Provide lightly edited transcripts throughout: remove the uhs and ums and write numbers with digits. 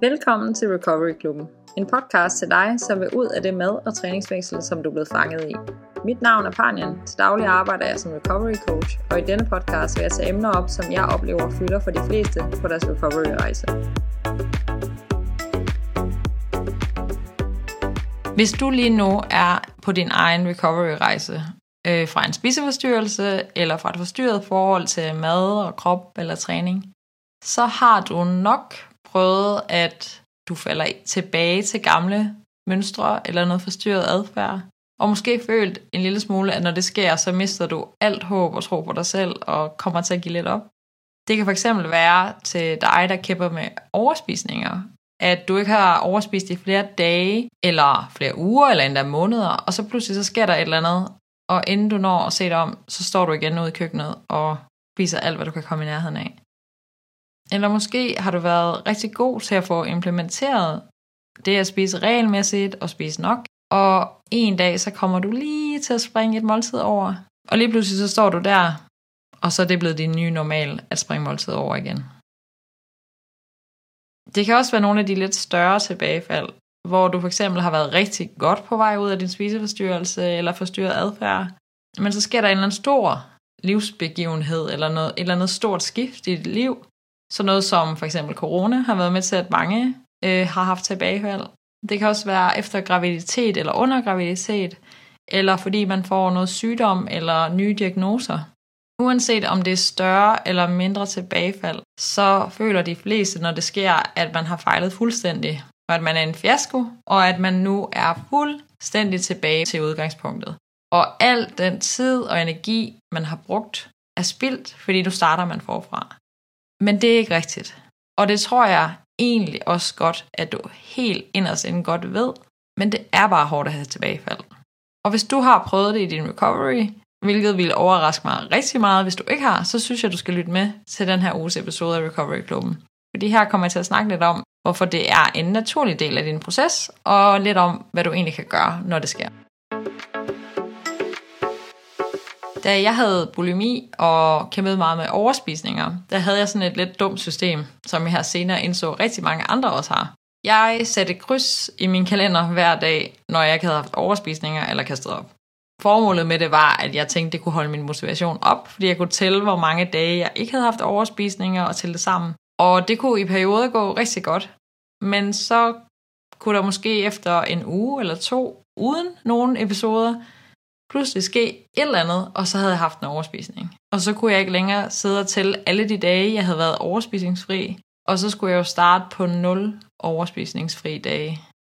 Velkommen til Recovery Klubben, en podcast til dig, som vil ud af det mad- og træningsfængsel, som du er blevet fanget i. Mit navn er Panjan, til daglig arbejder jeg som recovery coach, og i denne podcast vil jeg tage emner op, som jeg oplever fylder for de fleste på deres recovery-rejse. Hvis du lige nu er på din egen recovery-rejse, fra en spiseforstyrrelse eller fra et forstyrret forhold til mad og krop eller træning, så har du nok prøvet, at du falder tilbage til gamle mønstre eller noget forstyrret adfærd, og måske følt en lille smule, at når det sker, så mister du alt håb og tro på dig selv og kommer til at give lidt op. Det kan fx være til dig, der kæmper med overspisninger, at du ikke har overspist i flere dage, eller flere uger, eller endda måneder, og så pludselig så sker der et eller andet, og inden du når at se dig om, så står du igen ude i køkkenet og spiser alt, hvad du kan komme i nærheden af. Eller måske har du været rigtig god til at få implementeret det at spise regelmæssigt og spise nok, og en dag så kommer du lige til at springe et måltid over, og lige pludselig så står du der, og så er det blevet din nye normal at springe måltid over igen. Det kan også være nogle af de lidt større tilbagefald, hvor du for eksempel har været rigtig godt på vej ud af din spiseforstyrrelse eller forstyrret adfærd, men så sker der en eller anden stor livsbegivenhed eller et eller andet stort skift i dit liv. Så noget som for eksempel corona har været med til, at mange har haft tilbagefald. Det kan også være efter graviditet eller under graviditet, eller fordi man får noget sygdom eller nye diagnoser. Uanset om det er større eller mindre tilbagefald, så føler de fleste, når det sker, at man har fejlet fuldstændig, og at man er en fiasko, og at man nu er fuldstændig tilbage til udgangspunktet. Og al den tid og energi, man har brugt, er spildt, fordi du starter man forfra. Men det er ikke rigtigt. Og det tror jeg egentlig også godt, at du helt inderst inden godt ved, men det er bare hårdt at have tilbagefald. Og hvis du har prøvet det i din recovery, hvilket vil overraske mig rigtig meget, hvis du ikke har, så synes jeg, du skal lytte med til den her uges episode af Recovery Klubben. Fordi her kommer jeg til at snakke lidt om, hvorfor det er en naturlig del af din proces, og lidt om, hvad du egentlig kan gøre, når det sker. Da jeg havde bulimi og kæmpede meget med overspisninger, der havde jeg sådan et lidt dumt system, som jeg her senere indså rigtig mange andre også har. Jeg satte kryds i min kalender hver dag, når jeg ikke havde haft overspisninger eller kastet op. Formålet med det var, at jeg tænkte, det kunne holde min motivation op, fordi jeg kunne tælle, hvor mange dage jeg ikke havde haft overspisninger og tælle det sammen. Og det kunne i perioder gå rigtig godt. Men så kunne der måske efter en uge eller to, uden nogen episoder, pludselig ske et eller andet, og så havde jeg haft en overspisning. Og så kunne jeg ikke længere sidde og tælle alle de dage, jeg havde været overspisningsfri. Og så skulle jeg jo starte på 0 overspisningsfri dage.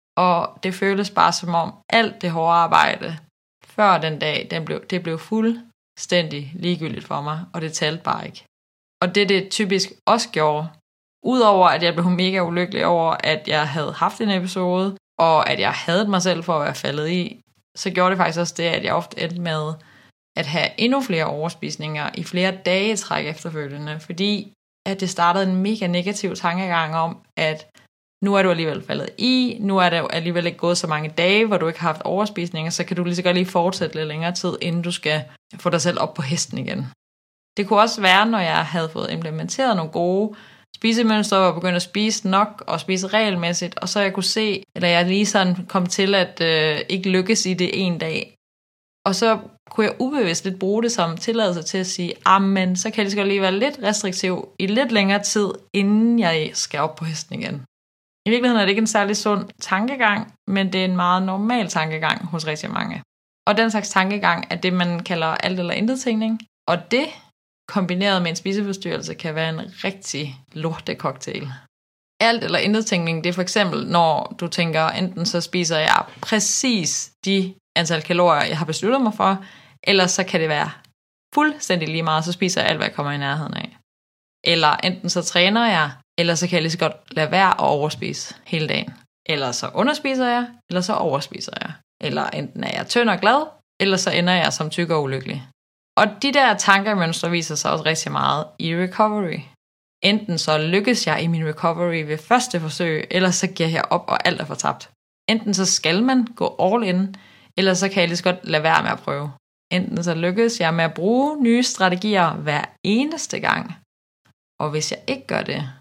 Og det føltes bare som om alt det hårde arbejde før den dag, det blev fuldstændig ligegyldigt for mig, og det talte bare ikke. Og det typisk også gjorde, udover at jeg blev mega ulykkelig over, at jeg havde haft en episode, og at jeg havde mig selv for at være faldet i, så gjorde det faktisk også det, at jeg ofte endte med at have endnu flere overspisninger i flere dage træk efterfølgende, fordi at det startede en mega negativ tankegang om, at nu er du alligevel faldet i, nu er der alligevel ikke gået så mange dage, hvor du ikke har haft overspisninger, så kan du lige så godt lige fortsætte lidt længere tid, inden du skal få dig selv op på hesten igen. Det kunne også være, når jeg havde fået implementeret nogle gode spisemønstre, og begyndte at spise nok og spise regelmæssigt, og så jeg kunne se, eller jeg lige sådan kom til at ikke lykkes i det en dag. Og så kunne jeg ubevidst lidt bruge det som tilladelse til at sige, men så kan jeg lige så godt lige være lidt restriktiv i lidt længere tid, inden jeg skal op på hesten igen. I virkeligheden er det ikke en særlig sund tankegang, men det er en meget normal tankegang hos rigtig mange. Og den slags tankegang er det, man kalder alt eller intet tænkning. Og det, kombineret med en spiseforstyrrelse, kan være en rigtig lorte cocktail. Alt eller intet tænkning, det er for eksempel, når du tænker, enten så spiser jeg præcis de antal kalorier, jeg har besluttet mig for, eller så kan det være fuldstændig lige meget, så spiser jeg alt, hvad jeg kommer i nærheden af. Eller enten så træner jeg, eller så kan jeg lige så godt lade være at overspise hele dagen. Eller så underspiser jeg, eller så overspiser jeg. Eller enten er jeg tynd og glad, eller så ender jeg som tyk og ulykkelig. Og de der tankemønstre viser sig også rigtig meget i recovery. Enten så lykkes jeg i min recovery ved første forsøg, eller så giver jeg op, og alt er fortabt. Enten så skal man gå all in, eller så kan jeg lige så godt lade være med at prøve. Enten så lykkes jeg med at bruge nye strategier hver eneste gang. Og hvis jeg ikke gør det,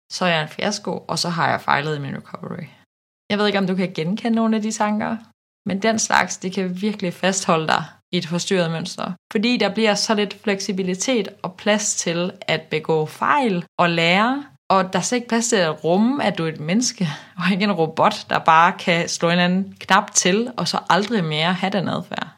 så er jeg en fiasko, og så har jeg fejlet i min recovery. Jeg ved ikke, om du kan genkende nogle af de tanker, men den slags, det kan virkelig fastholde dig i et forstyrret mønster. Fordi der bliver så lidt fleksibilitet og plads til at begå fejl og lære, og der er ikke plads til at rumme, at du er et menneske, og ikke en robot, der bare kan slå en eller anden knap til, og så aldrig mere have den adfærd.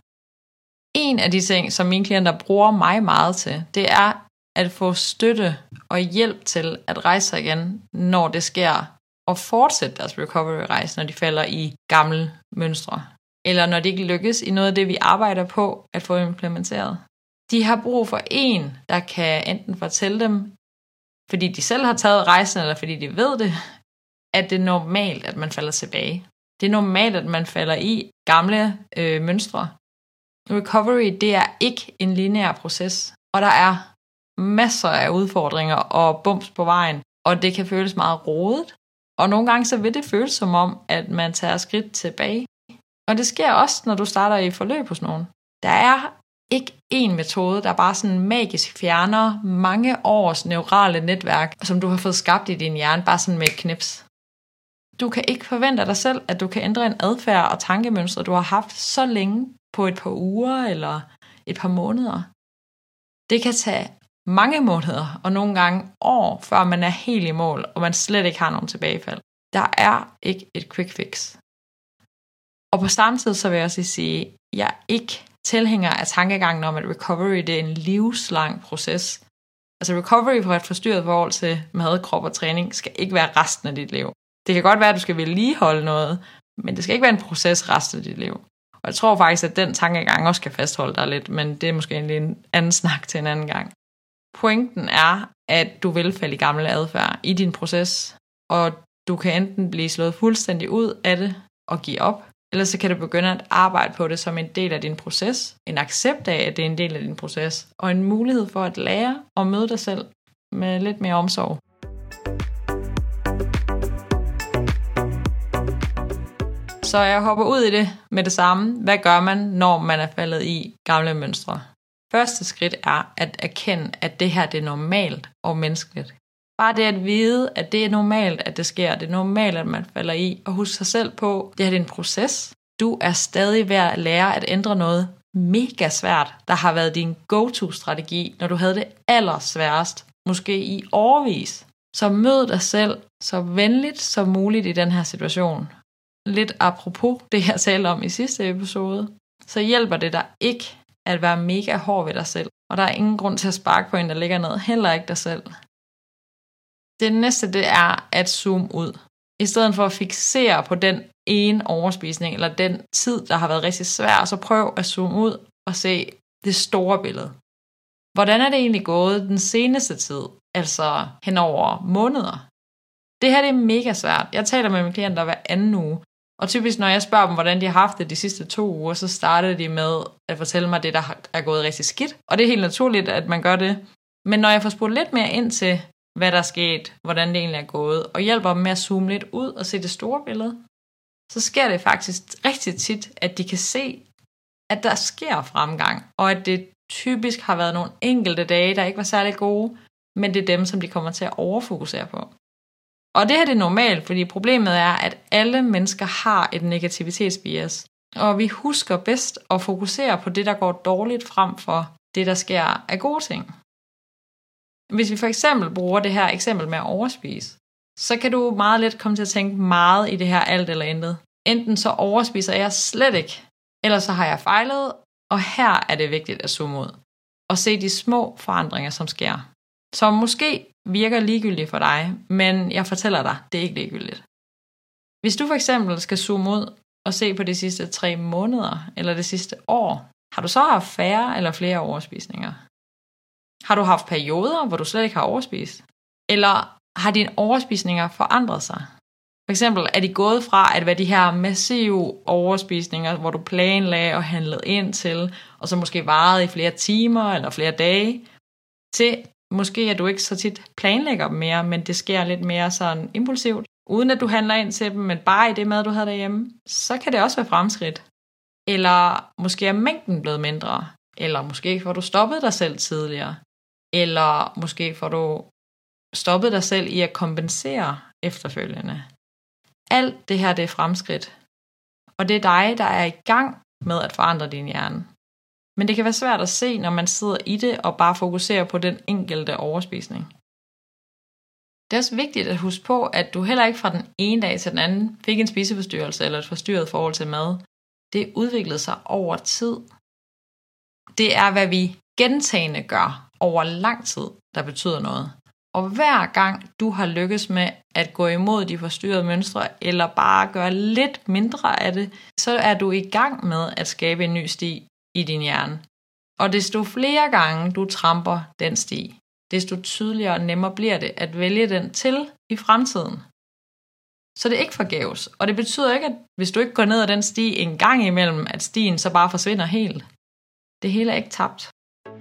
En af de ting, som mine klienter bruger mig meget til, det er at få støtte og hjælp til at rejse sig igen, når det sker, og fortsætte deres recovery-rejse, når de falder i gamle mønstre, eller når det ikke lykkes i noget af det, vi arbejder på at få implementeret. De har brug for en, der kan enten fortælle dem, fordi de selv har taget rejsen, eller fordi de ved det, at det er normalt, at man falder tilbage. Det er normalt, at man falder i gamle mønstre. Recovery, det er ikke en lineær proces, og der er masser af udfordringer og bumps på vejen, og det kan føles meget rodet. Og nogle gange så vil det føles som om, at man tager skridt tilbage. Og det sker også, når du starter i forløb hos nogen. Der er ikke én metode, der bare sådan magisk fjerner mange års neurale netværk, som du har fået skabt i din hjerne, bare sådan med et knips. Du kan ikke forvente dig selv, at du kan ændre en adfærd og tankemønstre, du har haft så længe på et par uger eller et par måneder. Det kan tage mange måneder og nogle gange år, før man er helt i mål, og man slet ikke har nogen tilbagefald. Der er ikke et quick fix. Og på samme tid så vil jeg også sige, at jeg er ikke tilhænger af tankegangen om, at recovery det er en livslang proces. Altså recovery fra et forstyrret forhold til mad, krop og træning skal ikke være resten af dit liv. Det kan godt være, at du skal vedligeholde noget, men det skal ikke være en proces resten af dit liv. Og jeg tror faktisk, at den tankegang også kan fastholde dig lidt, men det er måske en anden snak til en anden gang. Pointen er, at du vil falde i gamle adfærd i din proces, og du kan enten blive slået fuldstændig ud af det og give op, eller så kan du begynde at arbejde på det som en del af din proces, en accept af, at det er en del af din proces, og en mulighed for at lære og møde dig selv med lidt mere omsorg. Så jeg hopper ud i det med det samme. Hvad gør man, når man er faldet i gamle mønstre? Første skridt er at erkende, at det her det er normalt og menneskeligt. Bare det at vide, at det er normalt, at det sker. Det er normalt, at man falder i. Og husk sig selv på, det her det er en proces. Du er stadig ved at lære at ændre noget mega svært, der har været din go-to-strategi, når du havde det allersværest, måske i årevis. Så mød dig selv så venligt som muligt i den her situation. Lidt apropos det, jeg talte om i sidste episode, så hjælper det dig ikke at være mega hård ved dig selv. Og der er ingen grund til at sparke på en, der ligger ned. Heller ikke dig selv. Det næste, det er at zoome ud. I stedet for at fixere på den ene overspisning, eller den tid, der har været rigtig svær, så prøv at zoome ud og se det store billede. Hvordan er det egentlig gået den seneste tid? Altså hen over måneder. Det her det er mega svært. Jeg taler med mine klienter hver anden uge. Og typisk når jeg spørger dem, hvordan de har haft det de sidste 2 uger, så starter de med at fortælle mig det, der er gået rigtig skidt. Og det er helt naturligt, at man gør det. Men når jeg får spurgt lidt mere ind til, hvad der er sket, hvordan det egentlig er gået, og hjælper dem med at zoome lidt ud og se det store billede, så sker det faktisk rigtig tit, at de kan se, at der sker fremgang, og at det typisk har været nogle enkelte dage, der ikke var særlig gode, men det er dem, som de kommer til at overfokusere på. Og det her det er normalt, fordi problemet er, at alle mennesker har et negativitetsbias, og vi husker bedst at fokusere på det, der går dårligt frem for det, der sker af gode ting. Hvis vi for eksempel bruger det her eksempel med at overspise, så kan du meget let komme til at tænke meget i det her alt eller intet. Enten så overspiser jeg slet ikke, eller så har jeg fejlet, og her er det vigtigt at zoome ud og se de små forandringer, som sker. Som måske virker ligegyldigt for dig, men jeg fortæller dig, det er ikke ligegyldigt. Hvis du for eksempel skal zoome ud og se på de sidste 3 måneder eller det sidste år, har du så haft færre eller flere overspisninger? Har du haft perioder, hvor du slet ikke har overspist? Eller har dine overspisninger forandret sig? For eksempel er de gået fra at være de her massive overspisninger, hvor du planlagde og handlede ind til, og så måske varede i flere timer eller flere dage, til måske at du ikke så tit planlægger dem mere, men det sker lidt mere sådan impulsivt, uden at du handler ind til dem, men bare i det mad, du havde derhjemme, så kan det også være fremskridt. Eller måske er mængden blevet mindre, eller måske får du stoppet dig selv tidligere, eller måske får du stoppet dig selv i at kompensere efterfølgende. Alt det her, det er fremskridt. Og det er dig, der er i gang med at forandre din hjerne. Men det kan være svært at se, når man sidder i det og bare fokuserer på den enkelte overspisning. Det er også vigtigt at huske på, at du heller ikke fra den ene dag til den anden fik en spiseforstyrrelse eller et forstyrret forhold til mad. Det udviklede sig over tid. Det er, hvad vi gentagende gør over lang tid, der betyder noget. Og hver gang du har lykkes med at gå imod de forstyrrede mønstre, eller bare gøre lidt mindre af det, så er du i gang med at skabe en ny sti i din hjerne. Og desto flere gange du tramper den sti, desto tydeligere og nemmere bliver det at vælge den til i fremtiden. Så det er ikke forgæves, og det betyder ikke, at hvis du ikke går ned ad den sti en gang imellem, at stien så bare forsvinder helt. Det hele er ikke tabt.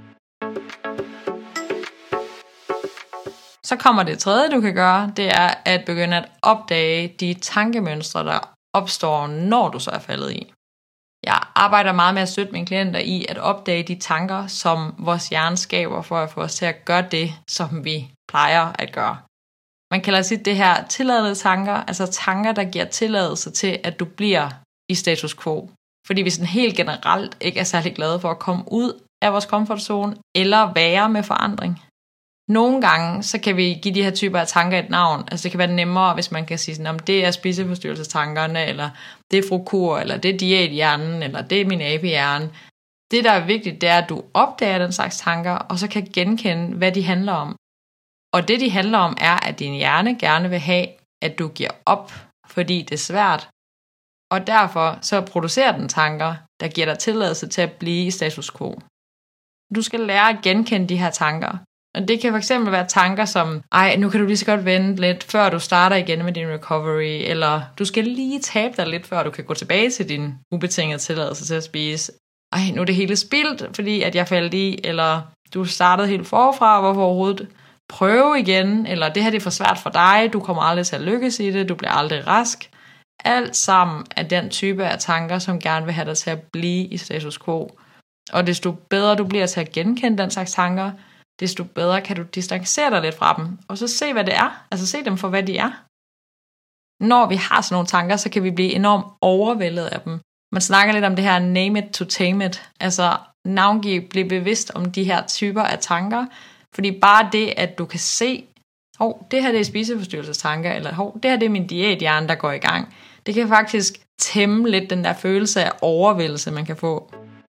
Så kommer det tredje, du kan gøre, det er at begynde at opdage de tankemønstre, der opstår, når du så er faldet i. Jeg arbejder meget med at støtte mine klienter i at opdage de tanker, som vores hjerne skaber for at få os til at gøre det, som vi plejer at gøre. Man kalder sit det her tilladede tanker, altså tanker, der giver tilladelse til, at du bliver i status quo. Fordi vi sådan helt generelt ikke er særlig glade for at komme ud af vores komfortzone eller være med forandring. Nogle gange, så kan vi give de her typer af tanker et navn. Altså det kan være nemmere, hvis man kan sige sådan, om det er spiseforstyrrelsestankerne, eller det er frukur, eller det er diæthjernen, eller det er min abehjerne. Det, der er vigtigt, det er, at du opdager den slags tanker, og så kan genkende, hvad de handler om. Og det, de handler om, er, at din hjerne gerne vil have, at du giver op, fordi det er svært. Og derfor så producerer den tanker, der giver dig tilladelse til at blive i status quo. Du skal lære at genkende de her tanker. Og det kan fx være tanker som, nu kan du lige så godt vente lidt, før du starter igen med din recovery, eller du skal lige tabe dig lidt, før du kan gå tilbage til din ubetingede tilladelse til at spise. Nu er det hele spildt, fordi at jeg faldt i, eller du startede helt forfra, hvorfor overhovedet prøve igen, eller det her det er for svært for dig, du kommer aldrig til at lykkes i det, du bliver aldrig rask. Alt sammen er den type af tanker, som gerne vil have dig til at blive i status quo. Og desto bedre du bliver til at genkende den slags tanker, desto bedre kan du distancere dig lidt fra dem, og så se, hvad det er. Altså se dem for, hvad de er. Når vi har sådan nogle tanker, så kan vi blive enormt overvældet af dem. Man snakker lidt om det her name it to tame it. Altså navngive, blive bevidst om de her typer af tanker. Fordi bare det, at du kan se, det her det er spiseforstyrrelsestanker, eller det her det er min diæthjerne, der går i gang. Det kan faktisk tæmme lidt den der følelse af overvældelse, man kan få.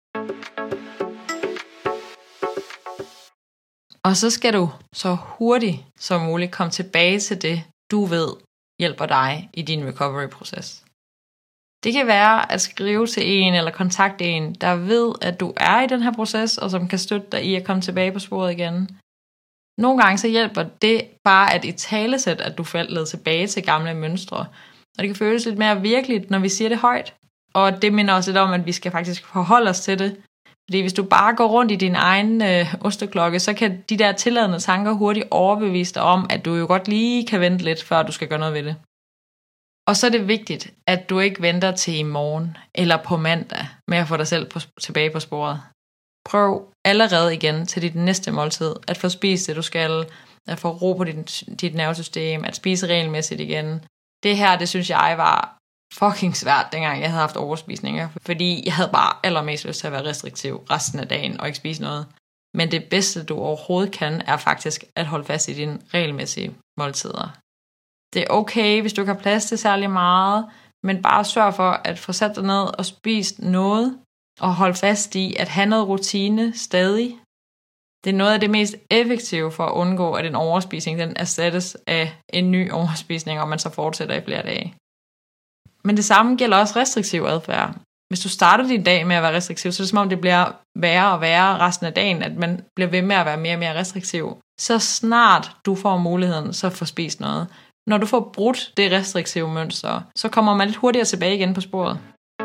Og så skal du så hurtigt som muligt komme tilbage til det, du ved hjælper dig i din recovery-proces. Det kan være at skrive til en eller kontakte en, der ved, at du er i den her proces, og som kan støtte dig i at komme tilbage på sporet igen. Nogle gange så hjælper det bare at italesætte, at du faldt tilbage til gamle mønstre. Og det kan føles lidt mere virkeligt, når vi siger det højt. Og det minder også lidt om, at vi skal faktisk forholde os til det. Fordi hvis du bare går rundt i din egen osteklokke, så kan de der tilladende tanker hurtigt overbevise dig om, at du jo godt lige kan vente lidt, før du skal gøre noget ved det. Og så er det vigtigt, at du ikke venter til i morgen eller på mandag med at få dig selv tilbage på sporet. Prøv allerede igen til dit næste måltid at få spist det, du skal, at få ro på dit nervesystem, at spise regelmæssigt igen. Det her, det synes jeg var fucking svært, dengang jeg havde haft overspisninger, fordi jeg havde bare allermest lyst til at være restriktiv resten af dagen og ikke spise noget. Men det bedste, du overhovedet kan, er faktisk at holde fast i dine regelmæssige måltider. Det er okay, hvis du ikke har plads til særlig meget, men bare sørg for at få sat dig ned og spist noget, og hold fast i at have noget rutine stadig. Det er noget af det mest effektive for at undgå, at en overspisning den erstattes af en ny overspisning, og man så fortsætter i flere dage. Men det samme gælder også restriktiv adfærd. Hvis du starter din dag med at være restriktiv, så er det som om det bliver værre og værre resten af dagen, at man bliver ved med at være mere og mere restriktiv. Så snart du får muligheden, så får spist noget. Når du får brudt det restriktive mønster, så kommer man lidt hurtigere tilbage igen på sporet.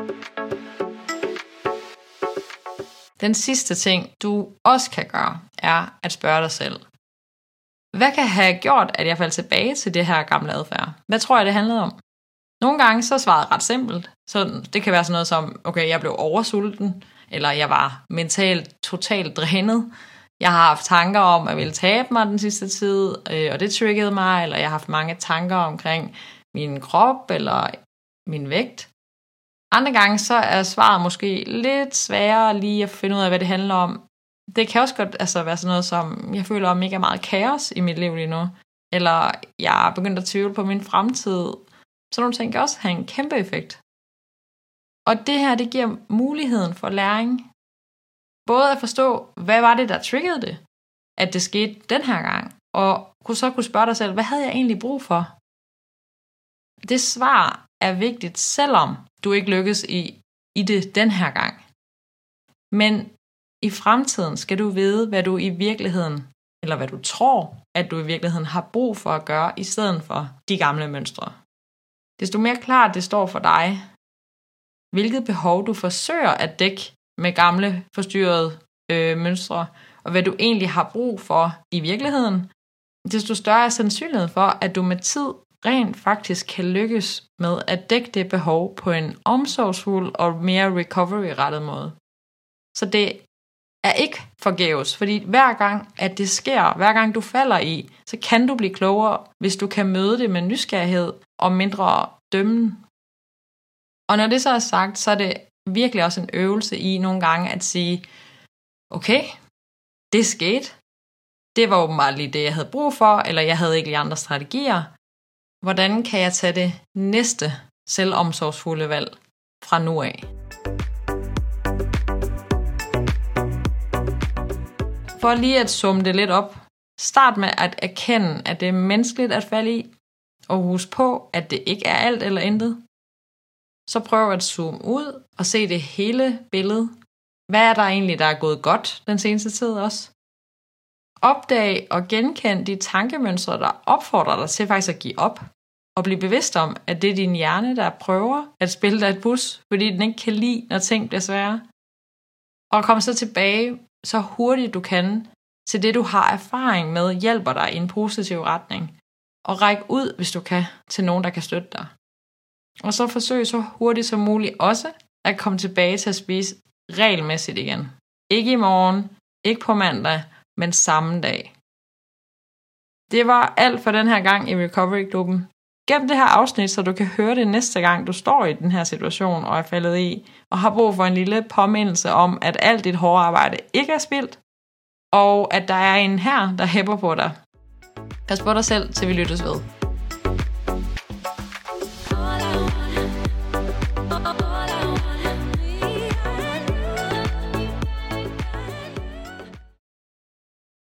Den sidste ting, du også kan gøre, er at spørge dig selv. Hvad kan have gjort, at jeg faldt tilbage til det her gamle adfærd? Hvad tror jeg, det handlede om? Nogle gange så er svaret ret simpelt. Så det kan være sådan noget som, okay, jeg blev oversulten, eller jeg var mentalt totalt drænet, Jeg har haft tanker om, at jeg ville tabe mig den sidste tid, og det triggede mig, eller jeg har haft mange tanker omkring min krop eller min vægt. Andre gange så er svaret måske lidt sværere lige at finde ud af, hvad det handler om. Det kan også godt være sådan noget som, jeg føler mega meget kaos i mit liv lige nu, eller jeg er begyndt at tvivle på min fremtid. Sådan nogle ting kan også have en kæmpe effekt. Og det her, det giver muligheden for læring. Både at forstå, hvad var det, der triggede det, at det skete den her gang, og kunne spørge dig selv, hvad havde jeg egentlig brug for? Det svar er vigtigt, selvom du ikke lykkes i det den her gang. Men i fremtiden skal du vide, hvad du i virkeligheden, eller hvad du tror, at du i virkeligheden har brug for at gøre, i stedet for de gamle mønstre. Desto mere klart det står for dig, hvilket behov du forsøger at dække med gamle, forstyrrede mønstre, og hvad du egentlig har brug for i virkeligheden, desto større er sandsynlighed for, at du med tid rent faktisk kan lykkes med at dække det behov på en omsorgsfuld og mere recovery-rettet måde. Så det er ikke forgæves, fordi hver gang, at det sker, hver gang du falder i, så kan du blive klogere, hvis du kan møde det med nysgerrighed og mindre dømmen. Og når det så er sagt, så er det virkelig også en øvelse i nogle gange at sige, okay, det skete. Det var åbenbart lige det, jeg havde brug for, eller jeg havde ikke lige andre strategier. Hvordan kan jeg tage det næste selvomsorgsfulde valg fra nu af? For lige at summe det lidt op, start med at erkende, at det er menneskeligt at falde i, og husk på, at det ikke er alt eller intet. Så prøv at zoome ud og se det hele billede. Hvad er der egentlig, der er gået godt den seneste tid også? Opdag og genkend de tankemønstre, der opfordrer dig til faktisk at give op. Og blive bevidst om, at det er din hjerne, der prøver at spille dig et bus, fordi den ikke kan lide, når ting bliver svære. Og kom så tilbage så hurtigt du kan til det, du har erfaring med, hjælper dig i en positiv retning. Og ræk ud, hvis du kan, til nogen, der kan støtte dig. Og så forsøg så hurtigt som muligt også at komme tilbage til at spise regelmæssigt igen. Ikke i morgen, ikke på mandag, men samme dag. Det var alt for den her gang i Recovery-klubben. Gem det her afsnit, så du kan høre det næste gang, du står i den her situation og er faldet i, og har brug for en lille påmindelse om, at alt dit hårde arbejde ikke er spildt, og at der er en her, der hæpper på dig. Pas på dig selv, til vi lyttes ved.